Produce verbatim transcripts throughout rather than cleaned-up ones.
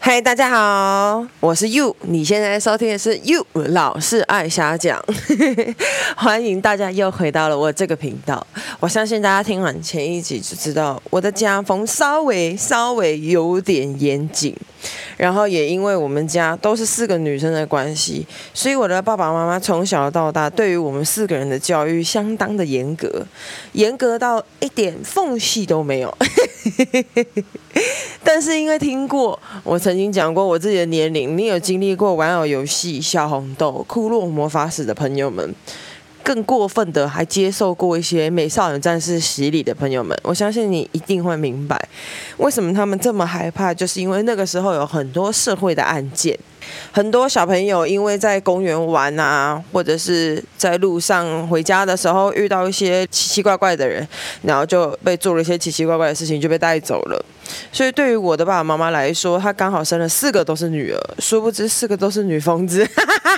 嗨，大家好，我是 You， 你现在收听的是 You 老是爱瞎讲，欢迎大家又回到了我这个频道。我相信大家听完前一集就知道，我的家风稍微稍微有点严谨，然后也因为我们家都是四个女生的关系，所以我的爸爸妈妈从小到大对于我们四个人的教育相当的严格，严格到一点缝隙都没有。但是因为听过我曾经讲过我自己的年龄，你有经历过玩偶游戏、小红豆、库洛魔法使的朋友们，更过分的还接受过一些美少女战士洗礼的朋友们，我相信你一定会明白为什么他们这么害怕，就是因为那个时候有很多社会的案件，很多小朋友因为在公园玩啊，或者是在路上回家的时候遇到一些奇奇怪怪的人，然后就被做了一些奇奇怪怪的事情，就被带走了。所以对于我的爸爸妈妈来说，他刚好生了四个都是女儿，殊不知四个都是女疯子。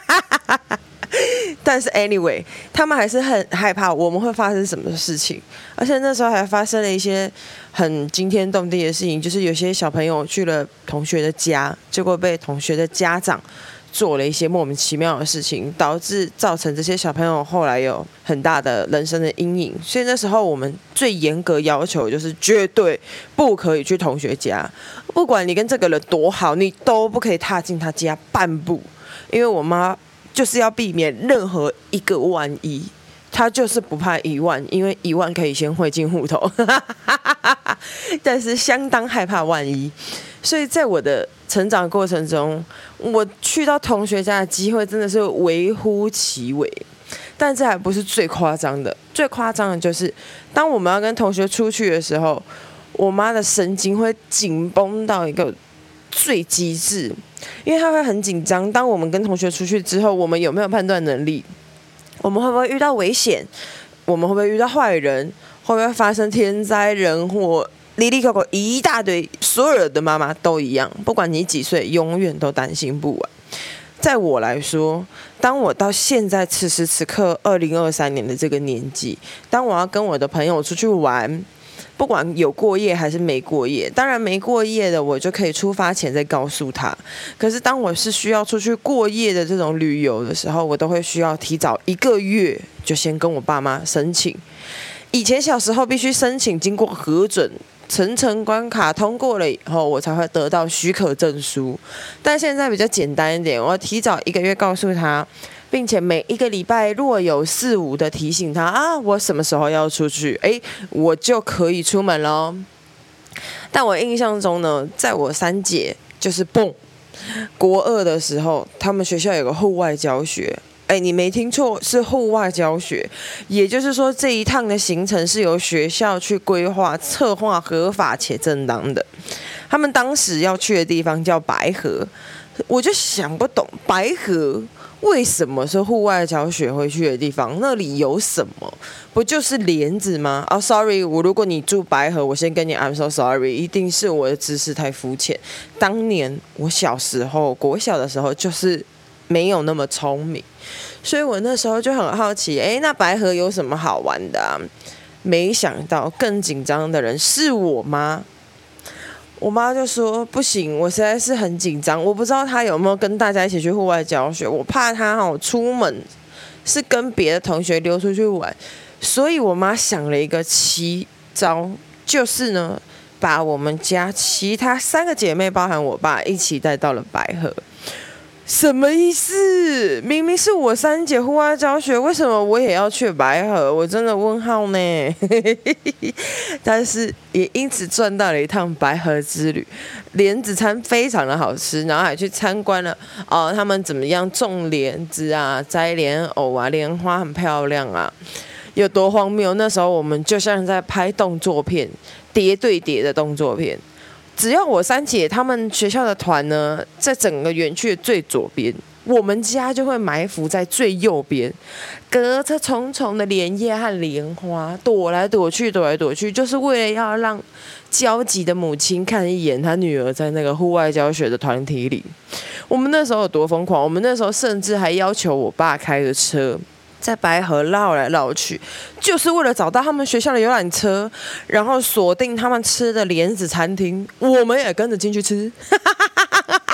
但是 anyway， 他们还是很害怕我们会发生什么事情，而且那时候还发生了一些很惊天动地的事情，就是有些小朋友去了同学的家，结果被同学的家长做了一些莫名其妙的事情，导致造成这些小朋友后来有很大的人生的阴影。所以那时候我们最严格要求就是绝对不可以去同学家，不管你跟这个人多好，你都不可以踏进他家半步，因为我妈就是要避免任何一个万一，他就是不怕一万，因为一万可以先汇进户头，但是相当害怕万一。所以在我的成长过程中，我去到同学家的机会真的是微乎其微。但这还不是最夸张的，最夸张的就是当我们要跟同学出去的时候，我妈的神经会紧绷到一个最极致，因为他会很紧张。当我们跟同学出去之后，我们有没有判断能力？我们会不会遇到危险？我们会不会遇到坏人？会不会发生天灾人祸？哩哩扣扣一大堆，所有的妈妈都一样，不管你几岁，永远都担心不完。在我来说，当我到现在此时此刻二零二三年的这个年纪，当我要跟我的朋友出去玩，不管有过夜还是没过夜，当然没过夜的我就可以出发前再告诉他，可是当我是需要出去过夜的这种旅游的时候，我都会需要提早一个月就先跟我爸妈申请。以前小时候必须申请经过核准，层层关卡通过了以后，我才会得到许可证书。但现在比较简单一点，我要提早一个月告诉他，并且每一个礼拜若有四五的提醒他啊，我什么时候要出去，哎，我就可以出门咯。但我印象中呢，在我三姐就是蹦国二的时候，他们学校有个户外教学。哎，你没听错，是户外教学，也就是说这一趟的行程是由学校去规划、策划，合法且正当的。他们当时要去的地方叫白河，我就想不懂白河为什么是户外教学会去的地方，那里有什么？不就是帘子吗？哦、oh, ，sorry， 我如果你住白河，我先跟你 I'm so sorry， 一定是我的知识太肤浅。当年我小时候，国小的时候就是没有那么聪明。所以我那时候就很好奇，哎，那白河有什么好玩的啊？没想到更紧张的人是我妈。我妈就说不行，我实在是很紧张，我不知道她有没有跟大家一起去户外教学，我怕她哈出门是跟别的同学溜出去玩，所以我妈想了一个奇招，就是呢，把我们家其他三个姐妹，包含我爸，一起带到了白河。什么意思？明明是我三姐户外教学，为什么我也要去白河？我真的问号呢。但是也因此赚到了一趟白河之旅，莲子餐非常的好吃，然后还去参观了哦，他们怎么样种莲子啊，摘莲藕啊，莲花很漂亮啊，有多荒谬？那时候我们就像在拍动作片，叠对叠的动作片。只要我三姐他们学校的团呢，在整个园区的最左边，我们家就会埋伏在最右边，隔着重重的莲叶和莲花，躲来躲去，躲来躲去，就是为了要让焦急的母亲看一眼她女儿在那个户外教学的团体里。我们那时候有多疯狂？我们那时候甚至还要求我爸开着车，在白河绕来绕去，就是为了找到他们学校的游览车，然后锁定他们吃的莲子餐厅，我们也跟着进去吃。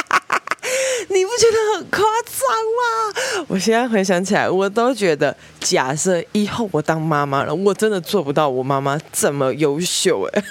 不觉得很夸张吗？我现在回想起来，我都觉得，假设以后我当妈妈了，我真的做不到我妈妈这么优秀哎。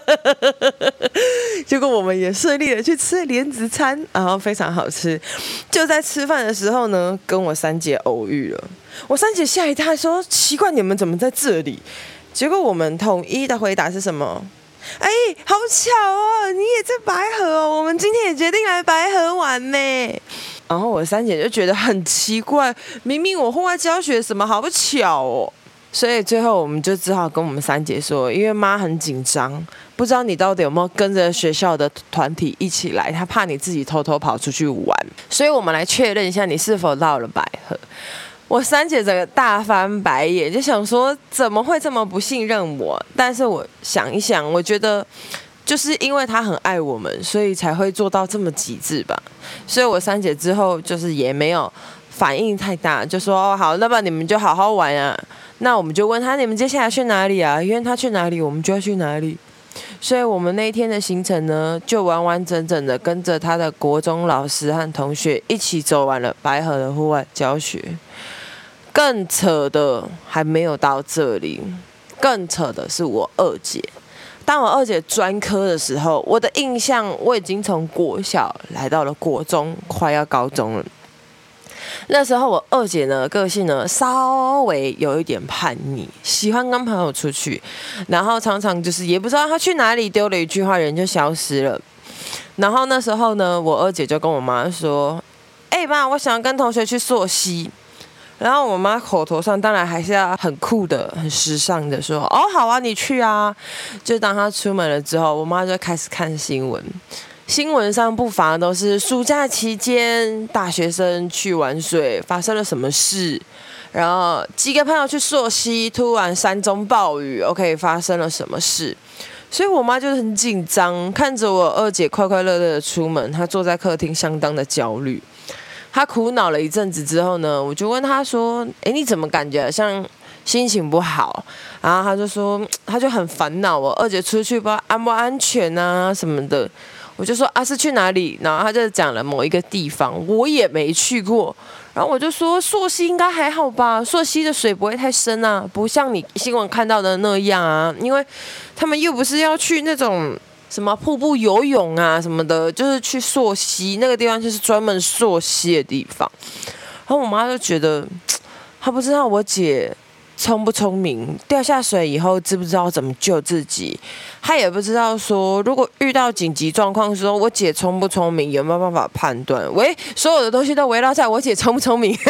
结果我们也顺利的去吃莲子餐，然后非常好吃。就在吃饭的时候呢，跟我三姐偶遇了。我三姐吓一跳说：“奇怪，你们怎么在这里？”结果我们统一的回答是什么？哎，好巧哦，你也在白河哦，我们今天也决定来白河玩呢。然后我三姐就觉得很奇怪，明明我户外教学什么好不巧哦。所以最后我们就只好跟我们三姐说，因为妈很紧张，不知道你到底有没有跟着学校的团体一起来，她怕你自己偷偷跑出去玩，所以我们来确认一下你是否到了白河。我三姐整个大翻白眼，就想说怎么会这么不信任我？但是我想一想，我觉得就是因为她很爱我们，所以才会做到这么极致吧。所以我三姐之后就是也没有反应太大，就说哦好，那么你们就好好玩啊。那我们就问他你们接下来去哪里啊？因为他去哪里，我们就要去哪里。所以我们那一天的行程呢，就完完整整的跟着他的国中老师和同学一起走完了白河的户外教学。更扯的还没有到这里，更扯的是我二姐。当我二姐专科的时候，我的印象我已经从国小来到了国中，快要高中了。那时候我二姐呢，个性呢稍微有一点叛逆，喜欢跟朋友出去，然后常常就是也不知道她去哪里，丢了一句话人就消失了。然后那时候呢，我二姐就跟我妈说：“哎、欸、妈，我想要跟同学去溯溪。”然后我妈口头上当然还是要很酷的、很时尚的说：“哦，好啊，你去啊。”就当她出门了之后，我妈就开始看新闻。新闻上不乏都是暑假期间大学生去玩水发生了什么事，然后几个朋友去溯溪，突然山中暴雨 ，OK 发生了什么事，所以我妈就很紧张，看着我二姐快快乐乐的出门，她坐在客厅相当的焦虑。她苦恼了一阵子之后呢，我就问她说：“哎，你怎么感觉好像心情不好？”然后她就说，她就很烦恼，我二姐出去不知道安不安全啊什么的。我就说啊是去哪里？然后他就讲了某一个地方，我也没去过。然后我就说溯溪应该还好吧，溯溪的水不会太深啊，不像你新闻看到的那样啊，因为他们又不是要去那种什么瀑布游泳啊什么的，就是去溯溪，那个地方就是专门溯溪的地方。然后我妈就觉得，她不知道我姐聪不聪明，掉下水以后知不知道怎么救自己，他也不知道说如果遇到紧急状况的时候，我姐聪不聪明，有没有办法判断？喂，所有的东西都围绕在我姐聪不聪明。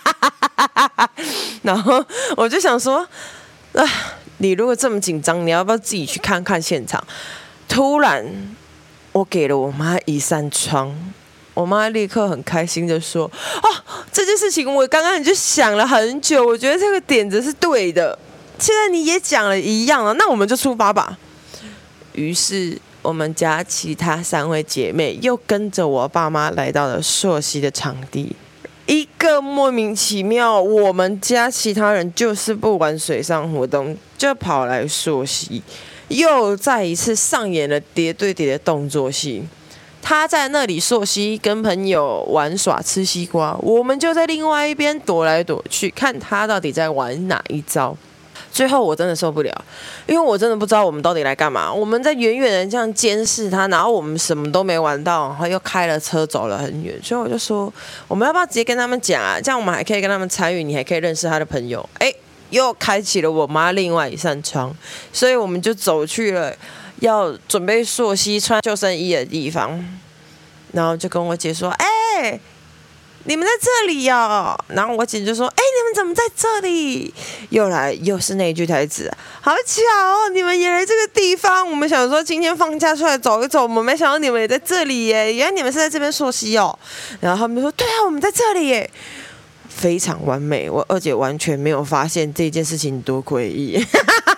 然后我就想说，啊，你如果这么紧张，你要不要自己去看看现场？突然，我给了我妈一扇窗。我妈立刻很开心的说：“哦，这件事情我刚刚就想了很久，我觉得这个点子是对的。现在你也讲了一样了，那我们就出发吧。”于是我们家其他三位姐妹又跟着我爸妈来到了溯溪的场地。一个莫名其妙，我们家其他人就是不玩水上活动，就跑来溯溪，又再一次上演了叠对叠的动作戏。他在那里溯溪，跟朋友玩耍吃西瓜，我们就在另外一边躲来躲去，看他到底在玩哪一招。最后我真的受不了，因为我真的不知道我们到底来干嘛。我们在远远的这样监视他，然后我们什么都没玩到，然后又开了车走了很远。所以我就说，我们要不要直接跟他们讲啊？这样我们还可以跟他们参与，你还可以认识他的朋友。哎，又开启了我妈另外一扇窗，所以我们就走去了要准备溯溪穿救生衣的地方，然后就跟我姐说：“哎、欸，你们在这里哦。”然后我姐就说：“哎、欸，你们怎么在这里？”又来又是那一句台词，好巧哦，你们也来这个地方。我们想说今天放假出来走一走，我们没想到你们也在这里耶，原来你们是在这边溯溪哦。然后他们就说：“对啊，我们在这里耶。”非常完美，我二姐完全没有发现这件事情多诡异。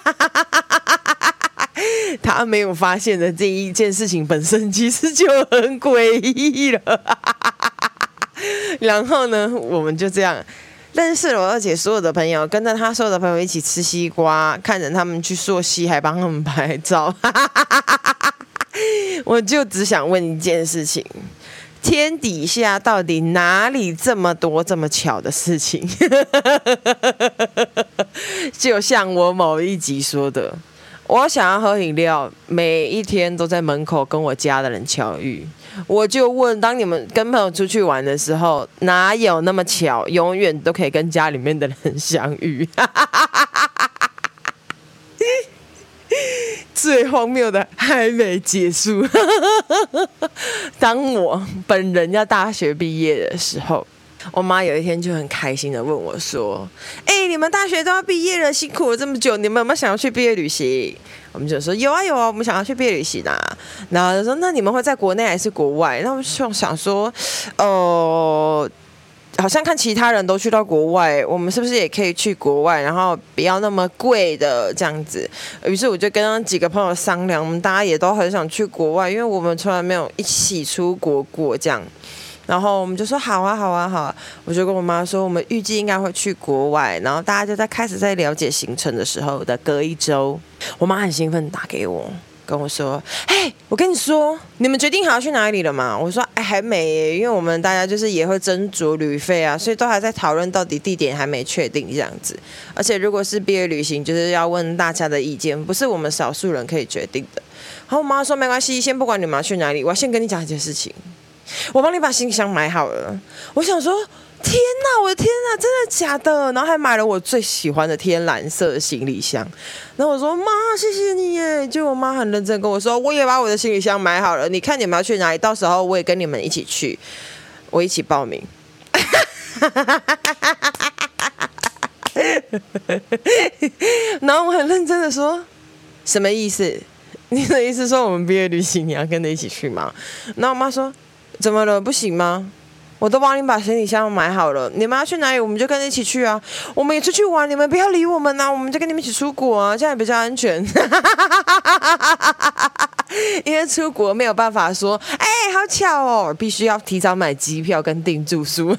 他没有发现的这一件事情本身其实就很诡异了。然后呢，我们就这样认识了我二姐所有的朋友，跟着她所有的朋友一起吃西瓜，看着他们去溯溪，还帮他们拍照。我就只想问一件事情， 天底下到底哪里这么多这么巧的事情？就像我某一集说的，我想要喝饮料，每一天都在门口跟我家的人巧遇。我就问，当你们跟朋友出去玩的时候，哪有那么巧，永远都可以跟家里面的人相遇？最荒谬的还没结束。当我本人要大学毕业的时候，我妈有一天就很开心的问我说：哎、欸，你们大学都要毕业了，辛苦了这么久，你们有没有想要去毕业旅行？我们就说有啊有啊，我们想要去毕业旅行啊。然后就说那你们会在国内还是国外？那我就想说，呃。好像看其他人都去到国外，我们是不是也可以去国外？然后不要那么贵的这样子。于是我就跟几个朋友商量，我们大家也都很想去国外，因为我们从来没有一起出国过这样。然后我们就说好啊好啊好啊，我就跟我妈说，我们预计应该会去国外。然后大家就在开始在了解行程的时候的隔一周，我妈很兴奋打给我。跟我说，嘿，我跟你说，你们决定好要去哪里了吗？我说，哎，还没耶，因为我们大家就是也会斟酌旅费啊，所以都还在讨论到底地点还没确定这样子。而且如果是毕业旅行，就是要问大家的意见，不是我们少数人可以决定的。然后我妈说没关系，先不管你们要去哪里，我要先跟你讲一件事情，我帮你把行李箱买好了。我想说，天哪，我的天哪，真的假的？然后还买了我最喜欢的天蓝色的行李箱。然后我说妈，谢谢你耶。就我妈很认真跟我说，我也把我的行李箱买好了，你看你们要去哪里，到时候我也跟你们一起去，我一起报名。然后我很认真的说，什么意思？你的意思说我们毕业旅行你要跟着一起去吗？然后我妈说，怎么了？不行吗？我都帮你把行李箱买好了，你们要去哪里我们就跟着一起去啊！我们也出去玩，你们不要理我们啊！我们就跟你们一起出国啊，这样也比较安全。因为出国没有办法说，哎、欸，好巧哦，必须要提早买机票跟订住宿。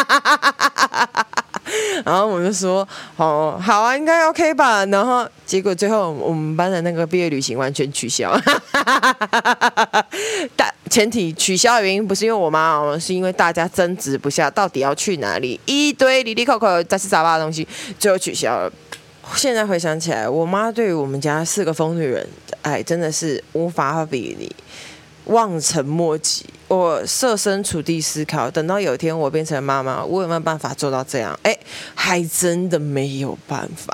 然后我就说，哦，好啊，应该 OK 吧？然后结果最后我们班的那个毕业旅行完全取消。但前提取消的原因不是因为我妈哦，是因为大家争执不下到底要去哪里，一堆里里扣扣杂七杂八的东西，最后取消了。现在回想起来，我妈对于我们家四个疯女人的爱真的是无法比拟，望尘莫及。我设身处地思考，等到有一天我变成妈妈，我有没有办法做到这样？哎，还真的没有办法。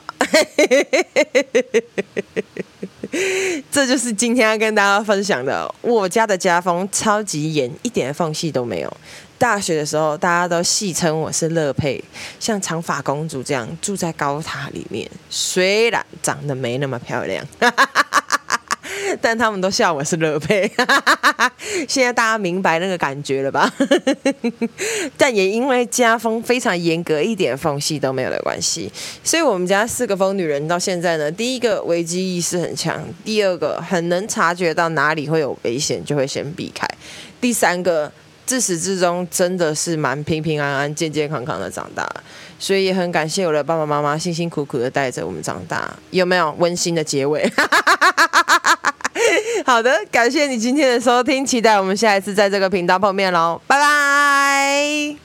这就是今天要跟大家分享的，我家的家风超级严，一点缝隙都没有。大学的时候，大家都戏称我是乐佩，像长发公主这样住在高塔里面，虽然长得没那么漂亮。但他们都笑我是乐佩。现在大家明白那个感觉了吧？但也因为家风非常严格，一点缝隙都没有的关系，所以我们家四个疯女人到现在呢，第一个危机意识很强，第二个很能察觉到哪里会有危险就会先避开，第三个自始至终真的是蛮平平安安健健康康的长大，所以也很感谢我的爸爸妈妈辛辛苦苦的带着我们长大。有没有温馨的结尾？好的，感谢你今天的收听，期待我们下一次在这个频道碰面咯，拜拜。